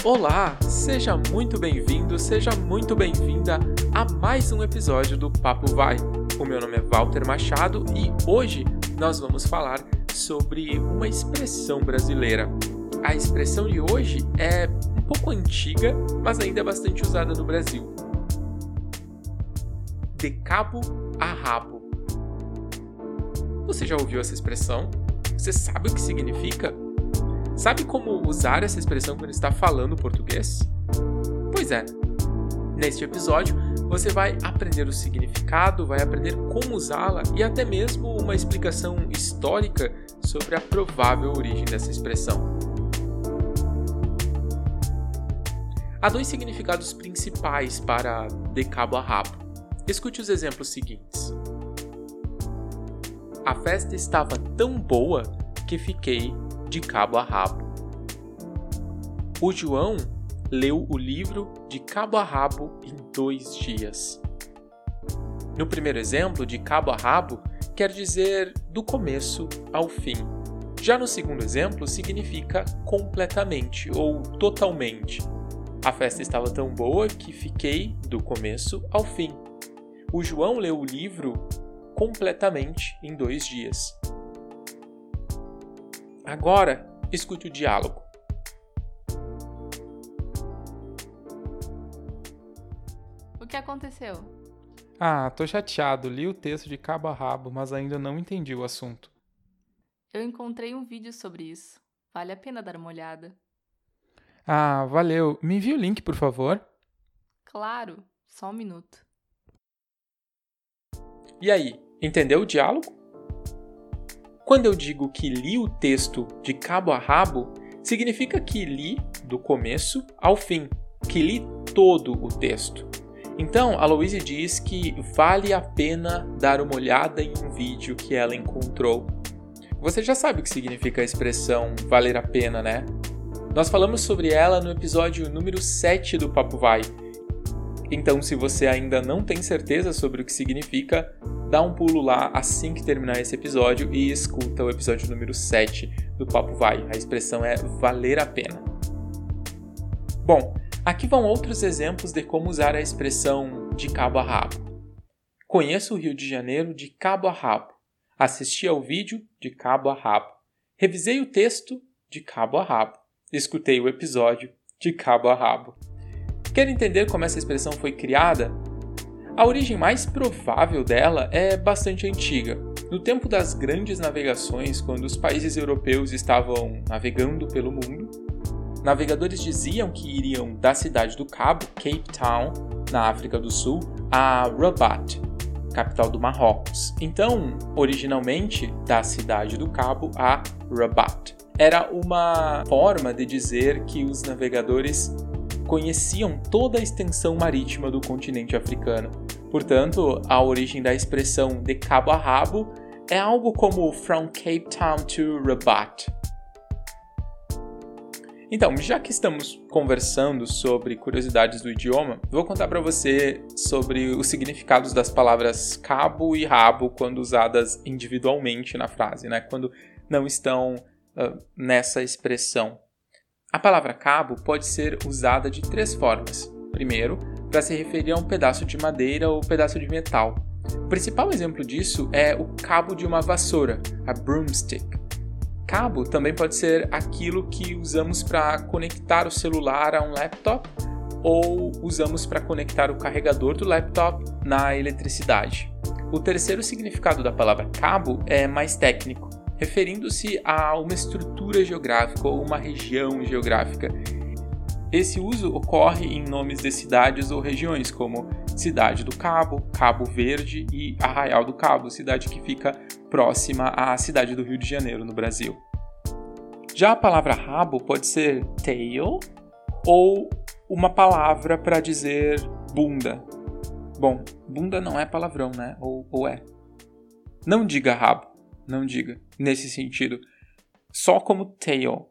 Olá, seja muito bem-vindo, seja muito bem-vinda a mais um episódio do Papo Vai. O meu nome é Walter Machado e hoje nós vamos falar sobre uma expressão brasileira. A expressão de hoje é um pouco antiga, mas ainda é bastante usada no Brasil. De cabo a rabo. Você já ouviu essa expressão? Você sabe o que significa? Sabe como usar essa expressão quando está falando português? Pois é, neste episódio você vai aprender o significado, vai aprender como usá-la e até mesmo uma explicação histórica sobre a provável origem dessa expressão. Há dois significados principais para de cabo a rabo. Escute os exemplos seguintes. A festa estava tão boa que fiquei de cabo a rabo. O João leu o livro de cabo a rabo em 2 dias. No primeiro exemplo, de cabo a rabo, quer dizer do começo ao fim. Já no segundo exemplo, significa completamente ou totalmente. A festa estava tão boa que fiquei do começo ao fim. O João leu o livro completamente em 2 dias. Agora, escute o diálogo. O que aconteceu? Tô chateado. Li o texto de cabo a rabo, mas ainda não entendi o assunto. Eu encontrei um vídeo sobre isso. Vale a pena dar uma olhada. Valeu. Me envia o link, por favor. Claro, só um minuto. E aí, entendeu o diálogo? Quando eu digo que li o texto de cabo a rabo, significa que li do começo ao fim, que li todo o texto. Então, a Louise diz que vale a pena dar uma olhada em um vídeo que ela encontrou. Você já sabe o que significa a expressão valer a pena, né? Nós falamos sobre ela no episódio número 7 do Papo Vai. Então, se você ainda não tem certeza sobre o que significa, dá um pulo lá assim que terminar esse episódio e escuta o episódio número 7 do Papo Vai. A expressão é valer a pena. Bom, aqui vão outros exemplos de como usar a expressão de cabo a rabo. Conheço o Rio de Janeiro de cabo a rabo. Assisti ao vídeo de cabo a rabo. Revisei o texto de cabo a rabo. Escutei o episódio de cabo a rabo. Quer entender como essa expressão foi criada? A origem mais provável dela é bastante antiga. No tempo das grandes navegações, quando os países europeus estavam navegando pelo mundo, navegadores diziam que iriam da cidade do Cabo, Cape Town, na África do Sul, a Rabat, capital do Marrocos. Então, originalmente, da cidade do Cabo a Rabat. Era uma forma de dizer que os navegadores conheciam toda a extensão marítima do continente africano. Portanto, a origem da expressão de cabo a rabo é algo como from Cape Town to Rabat. Então, já que estamos conversando sobre curiosidades do idioma, vou contar para você sobre os significados das palavras cabo e rabo quando usadas individualmente na frase, né? Quando não estão nessa expressão. A palavra cabo pode ser usada de 3 formas. Primeiro, para se referir a um pedaço de madeira ou pedaço de metal. O principal exemplo disso é o cabo de uma vassoura, a broomstick. Cabo também pode ser aquilo que usamos para conectar o celular a um laptop ou usamos para conectar o carregador do laptop na eletricidade. O terceiro significado da palavra cabo é mais técnico, referindo-se a uma estrutura geográfica ou uma região geográfica. Esse uso ocorre em nomes de cidades ou regiões, como Cidade do Cabo, Cabo Verde e Arraial do Cabo, cidade que fica próxima à cidade do Rio de Janeiro, no Brasil. Já a palavra rabo pode ser tail ou uma palavra para dizer bunda. Bom, bunda não é palavrão, né? Ou é? Não diga rabo. Não diga, nesse sentido. Só como tail.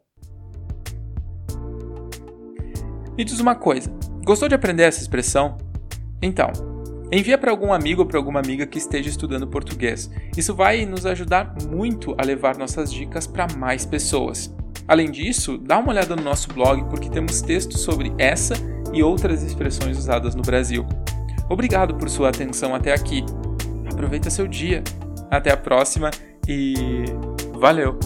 Me diz uma coisa. Gostou de aprender essa expressão? Então, envia para algum amigo ou para alguma amiga que esteja estudando português. Isso vai nos ajudar muito a levar nossas dicas para mais pessoas. Além disso, dá uma olhada no nosso blog porque temos textos sobre essa e outras expressões usadas no Brasil. Obrigado por sua atenção até aqui. Aproveita seu dia. Até a próxima e valeu!